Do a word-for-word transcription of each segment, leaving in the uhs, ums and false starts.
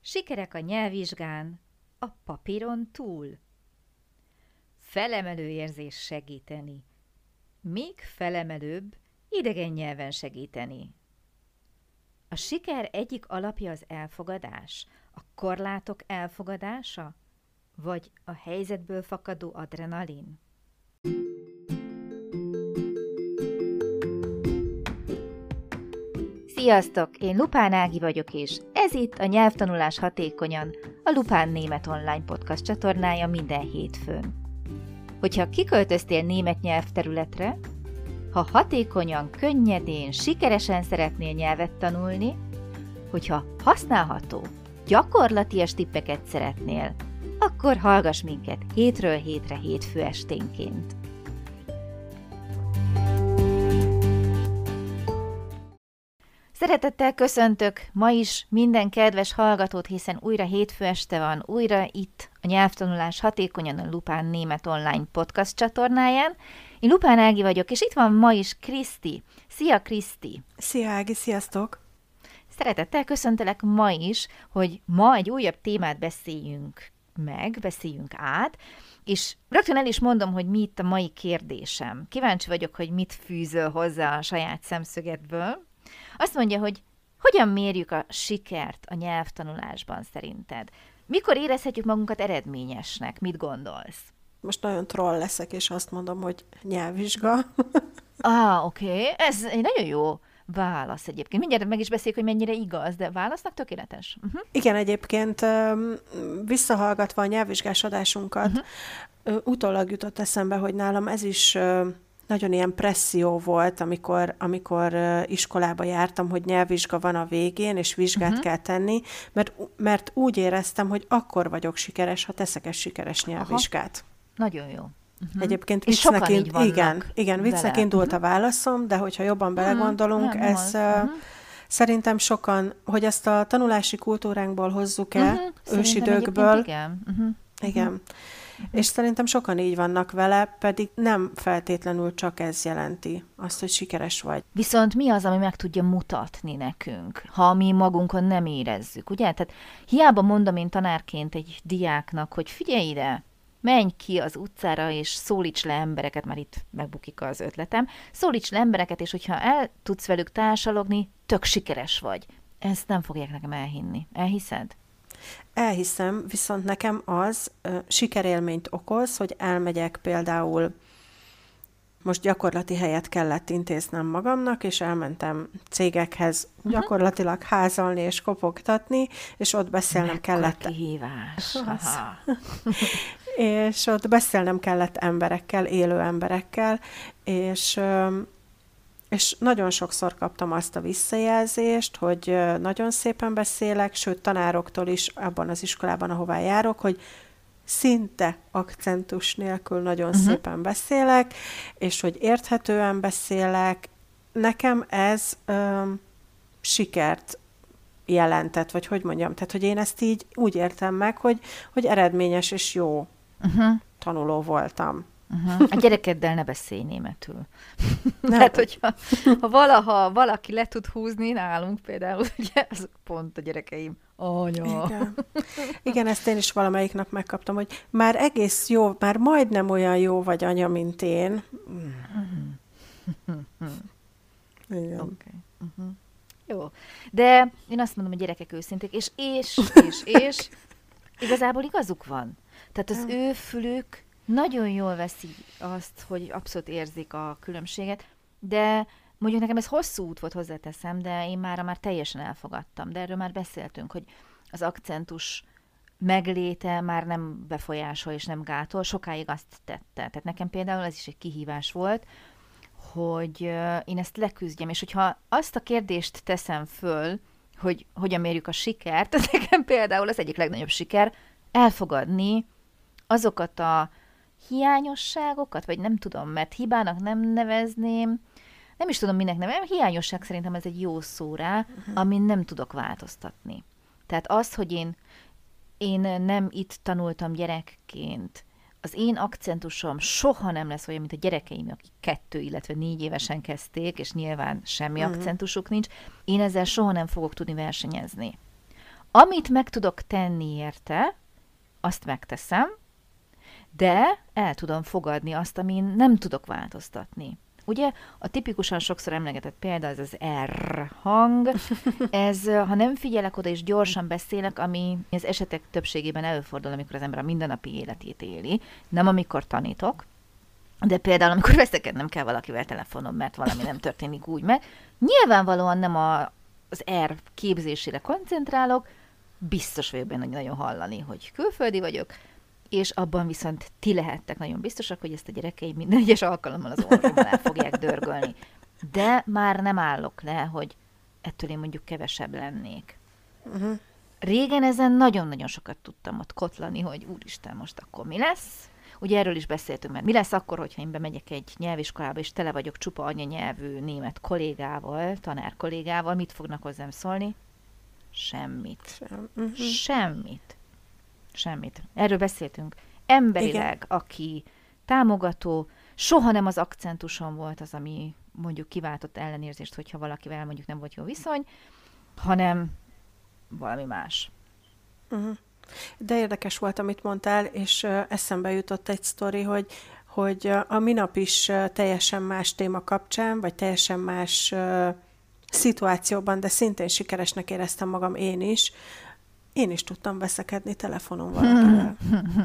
Sikerek a nyelvvizsgán, a papíron túl. Felemelő érzés segíteni. Még felemelőbb idegen nyelven segíteni. A siker egyik alapja az elfogadás, a korlátok elfogadása, vagy a helyzetből fakadó adrenalin? Sziasztok! Én Lupán Ági vagyok, és ez itt a Nyelvtanulás hatékonyan, a Lupán Német Online Podcast csatornája minden hétfőn. Hogyha kiköltöztél német nyelvterületre, ha hatékonyan, könnyedén, sikeresen szeretnél nyelvet tanulni, hogyha használható, gyakorlatias tippeket szeretnél, akkor hallgass minket hétről hétre hétfő esténként. Szeretettel köszöntök ma is minden kedves hallgatót, hiszen újra hétfő este van, újra itt a Nyelvtanulás hatékonyan a Lupán Német Online Podcast csatornáján. Én Lupán Ági vagyok, és itt van ma is Kriszti. Szia, Kriszti! Szia, Ági, sziasztok! Szeretettel köszöntelek ma is, hogy ma egy újabb témát beszéljünk meg, beszéljünk át, és rögtön el is mondom, hogy mi itt a mai kérdésem. Kíváncsi vagyok, hogy mit fűzöl hozzá a saját szemszögedből. Azt mondja, hogy hogyan mérjük a sikert a nyelvtanulásban szerinted? Mikor érezhetjük magunkat eredményesnek? Mit gondolsz? Most nagyon troll leszek, és azt mondom, hogy nyelvvizsga. Ah, oké. Okay. Ez egy nagyon jó válasz egyébként. Mindjárt meg is beszéljük, hogy mennyire igaz, de válasznak tökéletes. Uh-huh. Igen, egyébként visszahallgatva a nyelvvizsgás adásunkat, uh-huh. utólag jutott eszembe, hogy nálam ez is nagyon ilyen presszió volt, amikor, amikor iskolába jártam, hogy nyelvvizsga van a végén, és vizsgát uh-huh. kell tenni, mert, mert úgy éreztem, hogy akkor vagyok sikeres, ha teszek egy sikeres nyelvvizsgát. Aha. Nagyon jó. Uh-huh. Egyébként viccnek, ind- igen, igen, viccnek indult uh-huh. a válaszom, de hogyha jobban belegondolunk, uh-huh. ez uh-huh. szerintem sokan, hogy ezt a tanulási kultúránkból hozzuk el, uh-huh. ősidőkből. Igen. Uh-huh. Igen. Uh-huh. És szerintem sokan így vannak vele, pedig nem feltétlenül csak ez jelenti azt, hogy sikeres vagy. Viszont mi az, ami meg tudja mutatni nekünk, ha mi magunkon nem érezzük, ugye? Tehát hiába mondom én tanárként egy diáknak, hogy figyelj ide, menj ki az utcára, és szólíts le embereket, már itt megbukik az ötletem, szólíts le embereket, és hogyha el tudsz velük társalogni, tök sikeres vagy. Ezt nem fogják nekem elhinni. Elhiszed? Elhiszem, viszont nekem az ö, sikerélményt okoz, hogy elmegyek például, most gyakorlati helyet kellett intéznem magamnak, és elmentem cégekhez uh-huh. gyakorlatilag házalni és kopogtatni, és ott beszélnem Mekkora kellett. kihívás. És ott beszélnem kellett emberekkel, élő emberekkel, és... Ö, És nagyon sokszor kaptam azt a visszajelzést, hogy nagyon szépen beszélek, sőt tanároktól is abban az iskolában, ahová járok, hogy szinte akcentus nélkül nagyon uh-huh. szépen beszélek, és hogy érthetően beszélek. Nekem ez ö, sikert jelentett, vagy hogy mondjam, tehát hogy én ezt így úgy értem meg, hogy, hogy eredményes és jó uh-huh. tanuló voltam. Uh-huh. A gyerekeddel ne beszélj németül. Tehát, hogyha ha valaha valaki le tud húzni nálunk például, ugye, az pont a gyerekeim. Anya. Igen. Igen, ezt én is valamelyik nap megkaptam, hogy már egész jó, már majdnem olyan jó vagy anya, mint én. Uh-huh. Igen. Okay. Uh-huh. Jó. De én azt mondom, hogy gyerekek őszinték, és, és, és, és igazából igazuk van. Tehát az ő fülük nagyon jól veszi azt, hogy abszolút érzik a különbséget, de mondjuk nekem ez hosszú út volt, hozzáteszem, de én már már teljesen elfogadtam. De erről már beszéltünk, hogy az akcentus megléte már nem befolyásol és nem gátol, sokáig azt tette. Tehát nekem például ez is egy kihívás volt, hogy én ezt leküzdjem, és hogyha azt a kérdést teszem föl, hogy hogyan mérjük a sikert, ez nekem például az egyik legnagyobb siker, elfogadni azokat a hiányosságokat, vagy nem tudom, mert hibának nem nevezném, nem is tudom, minek nevezném, hiányosság szerintem ez egy jó szó rá, uh-huh. amin nem tudok változtatni. Tehát az, hogy én, én nem itt tanultam gyerekként, az én akcentusom soha nem lesz olyan, mint a gyerekeim, akik kettő, illetve négy évesen kezdték, és nyilván semmi uh-huh. akcentusuk nincs. Én ezzel soha nem fogok tudni versenyezni. Amit meg tudok tenni érte, azt megteszem, de el tudom fogadni azt, amin nem tudok változtatni. Ugye a tipikusan sokszor emlegetett példa, ez az R hang, ez, ha nem figyelek oda és gyorsan beszélek, ami az esetek többségében előfordul, amikor az ember a mindennapi életét éli, nem amikor tanítok, de például amikor veszekednem kell valakivel telefonon, mert valami nem történik úgy meg, nyilvánvalóan nem a, az R képzésére koncentrálok, biztos vagyok benne, hogy nagyon hallani, hogy külföldi vagyok, és abban viszont ti lehettek nagyon biztosak, hogy ezt a gyerekeim minden egyes alkalommal az orrommal el fogják dörgölni. De már nem állok le, hogy ettől én mondjuk kevesebb lennék. Uh-huh. Régen ezen nagyon-nagyon sokat tudtam ott kotlani, hogy úristen, most akkor mi lesz? Ugye erről is beszéltünk, mert mi lesz akkor, hogyha én bemegyek egy nyelviskolába, és tele vagyok csupa anyanyelvű német kollégával, tanár kollégával, mit fognak hozzám szólni? Semmit. Sem. Uh-huh. Semmit. Semmit. Erről beszéltünk. Emberileg, igen. Aki támogató, soha nem az akcentuson volt az, ami mondjuk kiváltott ellenérzést, hogyha valakivel mondjuk nem volt jó viszony, hanem valami más. Uh-huh. De érdekes volt, amit mondtál, és uh, eszembe jutott egy sztori, hogy, hogy uh, a minap is uh, teljesen más téma kapcsán, vagy teljesen más uh, szituációban, de szintén sikeresnek éreztem magam én is, én is tudtam veszekedni telefonon valakivel.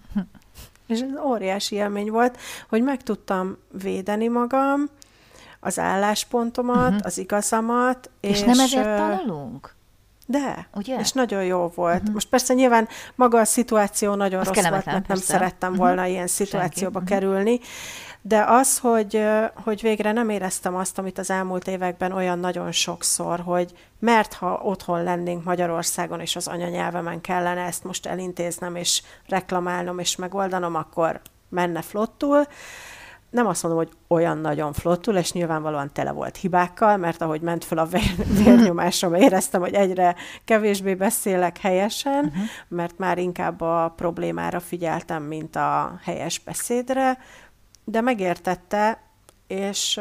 És ez óriási élmény volt, hogy meg tudtam védeni magam, az álláspontomat, uh-huh. az igazamat. És, és nem ezért tanulunk? De, ugye? És nagyon jó volt. Uh-huh. Most persze nyilván maga a szituáció nagyon az rossz volt, mert nem persze. szerettem volna uh-huh. ilyen szituációba Senki. kerülni, de az, hogy, hogy végre nem éreztem azt, amit az elmúlt években olyan nagyon sokszor, hogy mert ha otthon lennénk Magyarországon, és az anyanyelvemen kellene ezt most elintéznem, és reklamálnom, és megoldanom, akkor menne flottul. Nem azt mondom, hogy olyan nagyon flottul, és nyilvánvalóan tele volt hibákkal, mert ahogy ment fel a vér, vérnyomásom, éreztem, hogy egyre kevésbé beszélek helyesen, uh-huh. mert már inkább a problémára figyeltem, mint a helyes beszédre, de megértette, és,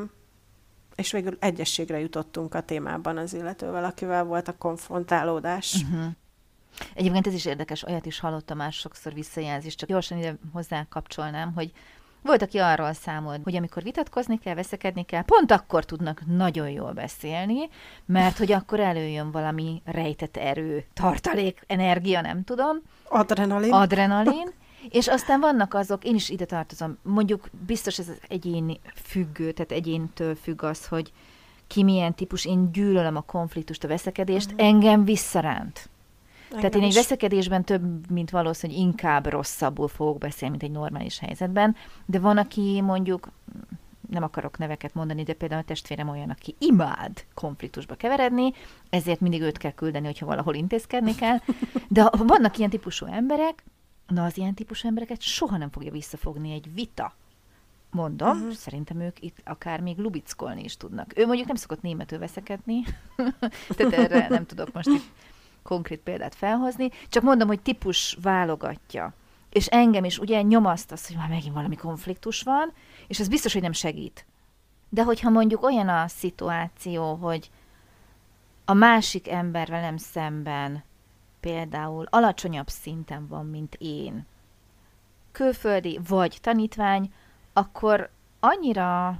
és végül egyességre jutottunk a témában az illetővel, akivel volt a konfrontálódás. Uh-huh. Egyébként ez is érdekes, olyat is hallottam már sokszor visszajelzést, csak gyorsan ide hozzá kapcsolnám, hogy volt, aki arról számolt, hogy amikor vitatkozni kell, veszekedni kell, pont akkor tudnak nagyon jól beszélni, mert hogy akkor előjön valami rejtett erő, tartalék, energia, nem tudom. Adrenalin. Adrenalin. És aztán vannak azok, én is ide tartozom, mondjuk biztos ez az egyén függő, tehát egyéntől függ az, hogy ki milyen típus, én gyűlölöm a konfliktust, a veszekedést, uh-huh. engem visszaránt. Engem Tehát én is. Egy veszekedésben több, mint valószínű, hogy inkább rosszabbul fogok beszélni, mint egy normális helyzetben, de van, aki mondjuk, nem akarok neveket mondani, de például a testvérem olyan, aki imád konfliktusba keveredni, ezért mindig őt kell küldeni, hogyha valahol intézkedni kell, de vannak ilyen típusú emberek, na az ilyen típusú embereket soha nem fogja visszafogni egy vita. Mondom, uh-huh. szerintem ők itt akár még lubickolni is tudnak. Ő mondjuk nem szokott németül veszekedni, tehát erre nem tudok most itt konkrét példát felhozni, csak mondom, hogy típus válogatja. És engem is ugye nyomaszt az, hogy már megint valami konfliktus van, és ez biztos, hogy nem segít. De hogyha mondjuk olyan a szituáció, hogy a másik ember velem szemben például alacsonyabb szinten van, mint én, külföldi vagy tanítvány, akkor annyira,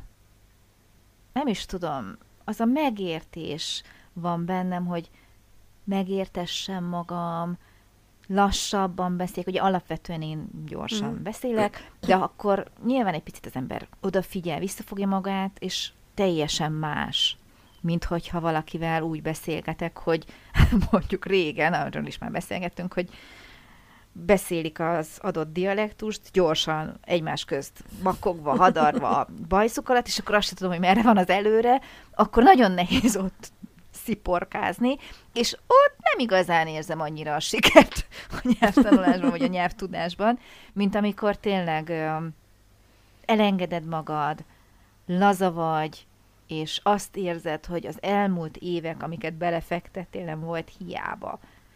nem is tudom, az a megértés van bennem, hogy megértessem magam, lassabban beszélek, ugye alapvetően én gyorsan mm. beszélek, de akkor nyilván egy picit az ember odafigyel, visszafogja magát, és teljesen más, mint hogyha valakivel úgy beszélgetek, hogy mondjuk régen, arról is már beszélgettünk, hogy beszélik az adott dialektust, gyorsan egymás közt makogva, hadarva, bajszuk alatt, és akkor azt sem tudom, hogy merre van az előre, akkor nagyon nehéz ott sziporkázni, és ott nem igazán érzem annyira a sikert a nyelvtanulásban, vagy a nyelvtudásban, mint amikor tényleg ö, elengeded magad, laza vagy, és azt érzed, hogy az elmúlt évek, amiket belefektettél, nem volt hiába.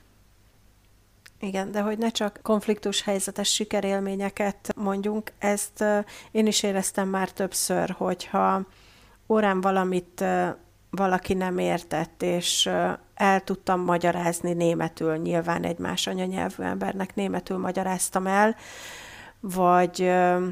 Igen, de hogy ne csak konfliktus helyzetes sikerélményeket mondjunk, ezt uh, én is éreztem már többször, hogyha órán valamit uh, valaki nem értett, és, uh, el tudtam magyarázni németül, nyilván egy más anyanyelvű embernek németül magyaráztam el, vagy,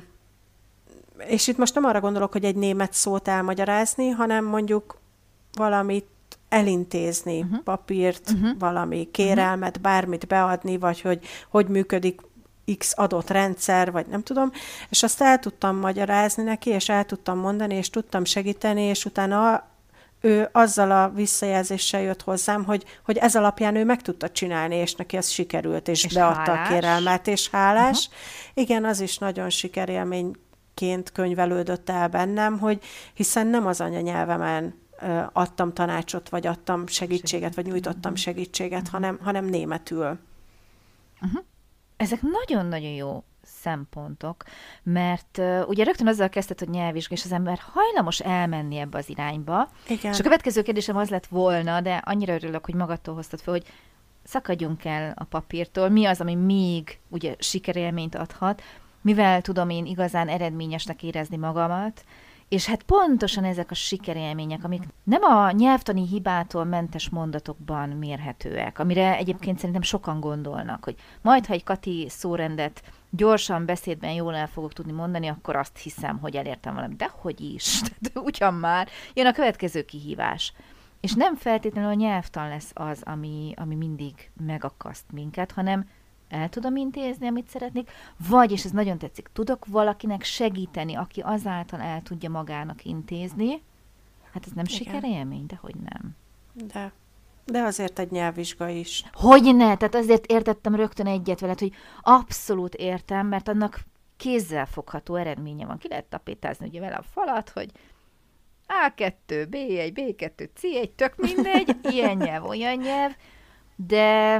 és itt most nem arra gondolok, hogy egy német szót elmagyarázni, hanem mondjuk valamit elintézni, uh-huh. papírt, uh-huh. valami kérelmet, bármit beadni, vagy hogy hogy működik X adott rendszer, vagy nem tudom, és azt el tudtam magyarázni neki, és el tudtam mondani, és tudtam segíteni, és utána ő azzal a visszajelzéssel jött hozzám, hogy, hogy ez alapján ő meg tudta csinálni, és neki ez sikerült, és, és beadta hálás. A kérelmet, és hálás. Uh-huh. Igen, az is nagyon sikerélményként könyvelődött el bennem, hogy hiszen nem az anyanyelvemen adtam tanácsot, vagy adtam segítséget, vagy nyújtottam segítséget, uh-huh. hanem, hanem németül. Uh-huh. Ezek nagyon-nagyon jó szempontok, mert uh, ugye rögtön azzal kezdted, hogy nyelvvizsga, és az ember hajlamos elmenni ebbe az irányba. Igen. És a következő kérdésem az lett volna, de annyira örülök, hogy magadtól hoztad fel, hogy szakadjunk el a papírtól. Mi az, ami még ugye sikerélményt adhat, mivel tudom én igazán eredményesnek érezni magamat, és hát pontosan ezek a sikerélmények, amik nem a nyelvtani hibától mentes mondatokban mérhetőek, amire egyébként szerintem sokan gondolnak, hogy majd, ha egy Kati szórendet gyorsan beszédben jól el fogok tudni mondani, akkor azt hiszem, hogy elértem valamit. De hogy is? Ugyan már. Jön a következő kihívás. És nem feltétlenül a nyelvtan lesz az, ami, ami mindig megakaszt minket, hanem el tudom intézni, amit szeretnék, vagy, és ez nagyon tetszik, tudok valakinek segíteni, aki azáltal el tudja magának intézni. Hát ez nem Igen. sikerélmény, de hogy nem. De, de azért egy nyelvvizsga is. Hogy ne? Tehát azért értettem rögtön egyet veled, hogy abszolút értem, mert annak kézzelfogható eredménye van. Ki lehet tapétázni ugye vele a falat, hogy á kettő, bé egy, bé kettő, cé egy, tök mindegy, ilyen nyelv, olyan nyelv, de...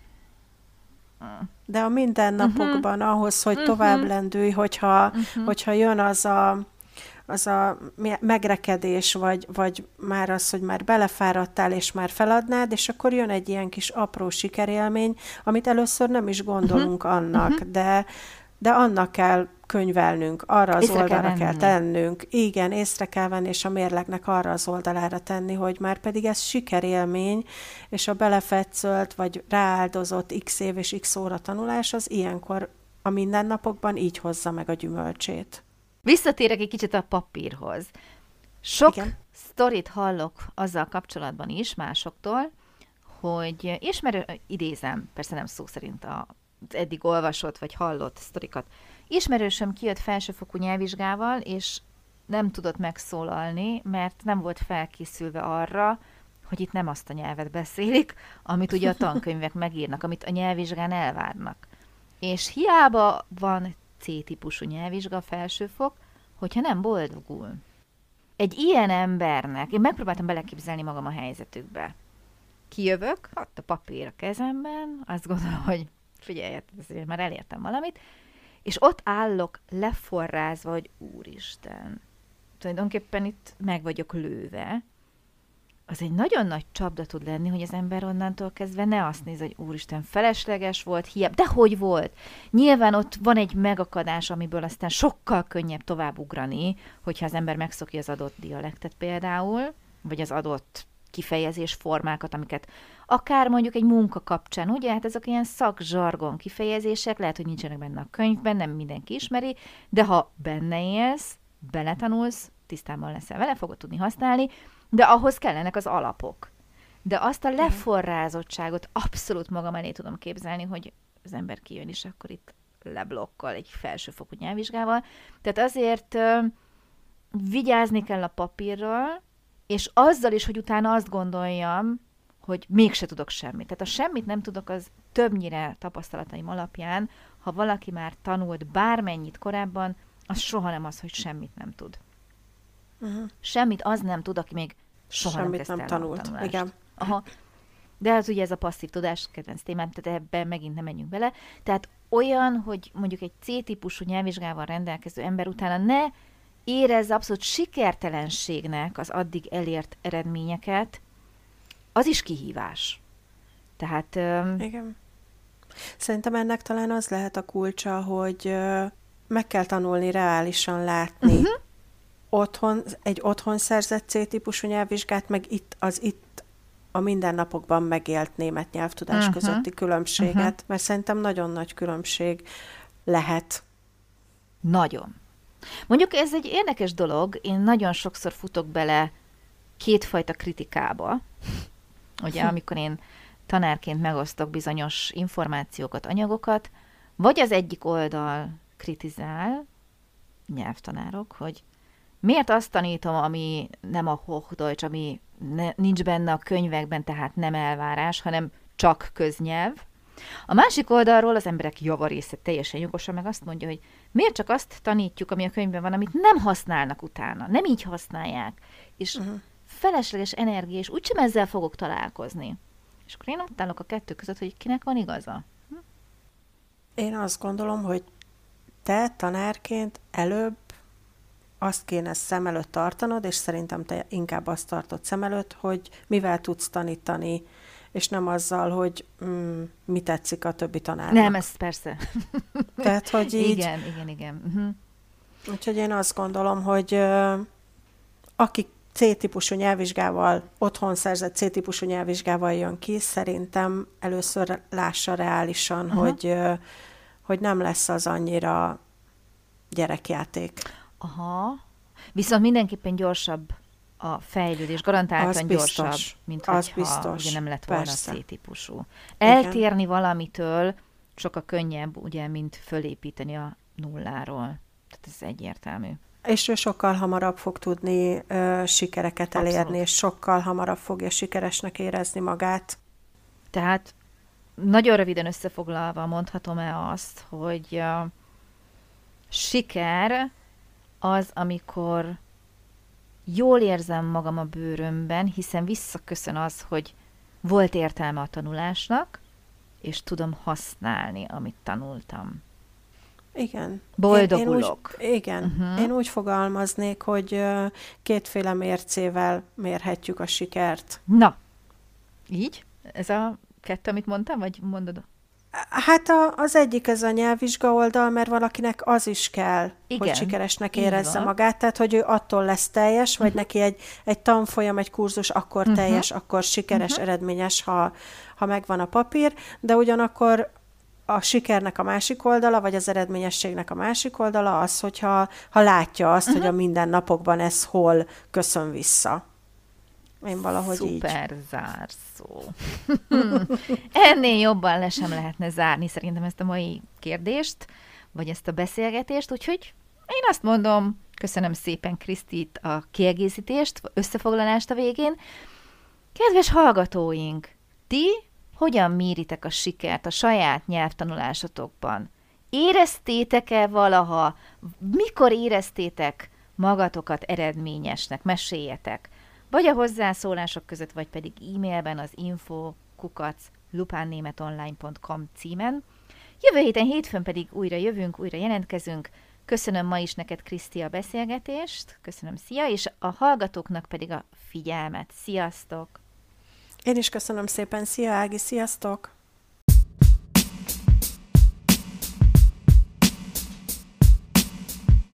De a mindennapokban uh-huh. ahhoz, hogy uh-huh. tovább lendülj, hogyha, uh-huh. hogyha jön az a, az a megrekedés, vagy, vagy már az, hogy már belefáradtál, és már feladnád, és akkor jön egy ilyen kis apró sikerélmény, amit először nem is gondolunk uh-huh. annak, uh-huh. de, de annak kell könyvelnünk, arra az észre oldalra kell, kell tennünk. Igen, észre kell venni, és a mérlegnek arra az oldalára tenni, hogy már pedig ez sikerélmény, és a belefetszölt, vagy rááldozott x év és x óra tanulás, az ilyenkor a mindennapokban így hozza meg a gyümölcsét. Visszatérek egy kicsit a papírhoz. Sok Igen. sztorit hallok azzal kapcsolatban is másoktól, hogy ismerő, idézem, persze nem szó szerint a eddig olvasott vagy hallott sztorikat. Ismerősöm kijött felsőfokú nyelvvizsgával, és nem tudott megszólalni, mert nem volt felkészülve arra, hogy itt nem azt a nyelvet beszélik, amit ugye a tankönyvek megírnak, amit a nyelvvizsgán elvárnak. És hiába van C-típusú nyelvvizsga felsőfok, hogyha nem boldogul. Egy ilyen embernek, én megpróbáltam beleképzelni magam a helyzetükbe. Kijövök, ott a papír a kezemben, azt gondolom, hogy figyelj, ezért már elértem valamit, és ott állok leforrázva, hogy úristen, tulajdonképpen itt meg vagyok lőve. Az egy nagyon nagy csapda tud lenni, hogy az ember onnantól kezdve ne azt néz, hogy úristen, felesleges volt, hiába, de hogy volt? Nyilván ott van egy megakadás, amiből aztán sokkal könnyebb tovább ugrani, hogyha az ember megszokja az adott dialektet például, vagy az adott kifejezés formákat, amiket akár mondjuk egy munka kapcsán, ugye, hát ezek ilyen szakzsargon kifejezések, lehet, hogy nincsenek benne a könyvben, nem mindenki ismeri, de ha benne élsz, beletanulsz, tisztában leszel vele, fogod tudni használni, de ahhoz kellenek az alapok. De azt a leforrázottságot abszolút magam elé tudom képzelni, hogy az ember kijön is, akkor itt leblokkal egy felsőfokú nyelvvizsgával. Tehát azért uh, vigyázni kell a papírral, és azzal is, hogy utána azt gondoljam, hogy mégse tudok semmit. Tehát a semmit nem tudok, az többnyire tapasztalataim alapján, ha valaki már tanult bármennyit korábban, az soha nem az, hogy semmit nem tud. Uh-huh. Semmit az nem tud, aki még soha semmit nem kezdte nem el tanult. a tanulást. Igen. Aha. De hát ugye ez a passzív tudás, kedvenc témám, tehát ebben megint nem menjünk bele. Tehát olyan, hogy mondjuk egy C-típusú nyelvvizsgával rendelkező ember utána ne érezze abszolút sikertelenségnek az addig elért eredményeket, az is kihívás. Tehát... Um... Igen. Szerintem ennek talán az lehet a kulcsa, hogy uh, meg kell tanulni reálisan látni uh-huh. otthon, egy otthon szerzett C-típusú nyelvvizsgát, meg itt az itt a mindennapokban megélt német nyelvtudás uh-huh. közötti különbséget, uh-huh. mert szerintem nagyon nagy különbség lehet. Nagyon. Mondjuk ez egy érdekes dolog, én nagyon sokszor futok bele kétfajta kritikába, ugye, amikor én tanárként megosztok bizonyos információkat, anyagokat, vagy az egyik oldal kritizál, nyelvtanárok, hogy miért azt tanítom, ami nem a Hochdeutsch, ami ne, nincs benne a könyvekben, tehát nem elvárás, hanem csak köznyelv. A másik oldalról az emberek javarésze teljesen jogosan meg azt mondja, hogy miért csak azt tanítjuk, ami a könyvben van, amit nem használnak utána, nem így használják, és uh-huh. felesleges energia, és úgysem ezzel fogok találkozni. És akkor én ott állok a kettő között, hogy kinek van igaza. Hm? Én azt gondolom, hogy te tanárként előbb azt kéne szem előtt tartanod, és szerintem te inkább azt tartod szem előtt, hogy mivel tudsz tanítani, és nem azzal, hogy mm, mi tetszik a többi tanárnak. Nem, ez persze. Tehát, hogy így... Igen, igen, igen. Uh-huh. Úgyhogy én azt gondolom, hogy uh, aki C-típusú nyelvvizsgával, otthon szerzett C-típusú nyelvvizsgával jön ki, szerintem először lássa reálisan, uh-huh. hogy, uh, hogy nem lesz az annyira gyerekjáték. Aha. Viszont mindenképpen gyorsabb a fejlődés, garantáltan az gyorsabb, biztos, mint az hogyha biztos, ugye nem lett volna persze. C-típusú. Eltérni Igen. valamitől sokkal könnyebb, ugye, mint fölépíteni a nulláról. Tehát ez egyértelmű. És ő sokkal hamarabb fog tudni ö, sikereket elérni, Abszolút. És sokkal hamarabb fogja sikeresnek érezni magát. Tehát nagyon röviden összefoglalva mondhatom-e azt, hogy a siker az, amikor jól érzem magam a bőrömben, hiszen visszaköszön az, hogy volt értelme a tanulásnak, és tudom használni, amit tanultam. Igen. Boldogulok. Én, én úgy, igen. Uh-huh. Én úgy fogalmaznék, hogy uh, kétféle mércével mérhetjük a sikert. Na, így? Ez a kettő, amit mondtam, vagy mondod? Hát a, az egyik ez a nyelvvizsga oldal, mert valakinek az is kell, Igen, hogy sikeresnek érezze magát, tehát hogy ő attól lesz teljes, vagy uh-huh. neki egy, egy tanfolyam, egy kurzus akkor uh-huh. teljes, akkor sikeres, uh-huh. eredményes, ha, ha megvan a papír, de ugyanakkor a sikernek a másik oldala, vagy az eredményességnek a másik oldala az, hogyha ha látja azt, uh-huh. hogy a mindennapokban ez hol köszön vissza. Én valahogy Szuper így. zárszó. Ennél jobban le sem lehetne zárni szerintem ezt a mai kérdést, vagy ezt a beszélgetést, úgyhogy én azt mondom, köszönöm szépen Krisztit a kiegészítést, összefoglalást a végén. Kedves hallgatóink, ti hogyan méritek a sikert a saját nyelvtanulásotokban? Éreztétek-e valaha, mikor éreztétek magatokat eredményesnek? Meséljetek! Vagy a hozzászólások között, vagy pedig e-mailben az info kukac lupánnémetonline pont com címen. Jövő héten hétfőn pedig újra jövünk, újra jelentkezünk. Köszönöm ma is neked, Kriszti, a beszélgetést. Köszönöm, szia, és a hallgatóknak pedig a figyelmet. Sziasztok! Én is köszönöm szépen. Szia, Ági, sziasztok!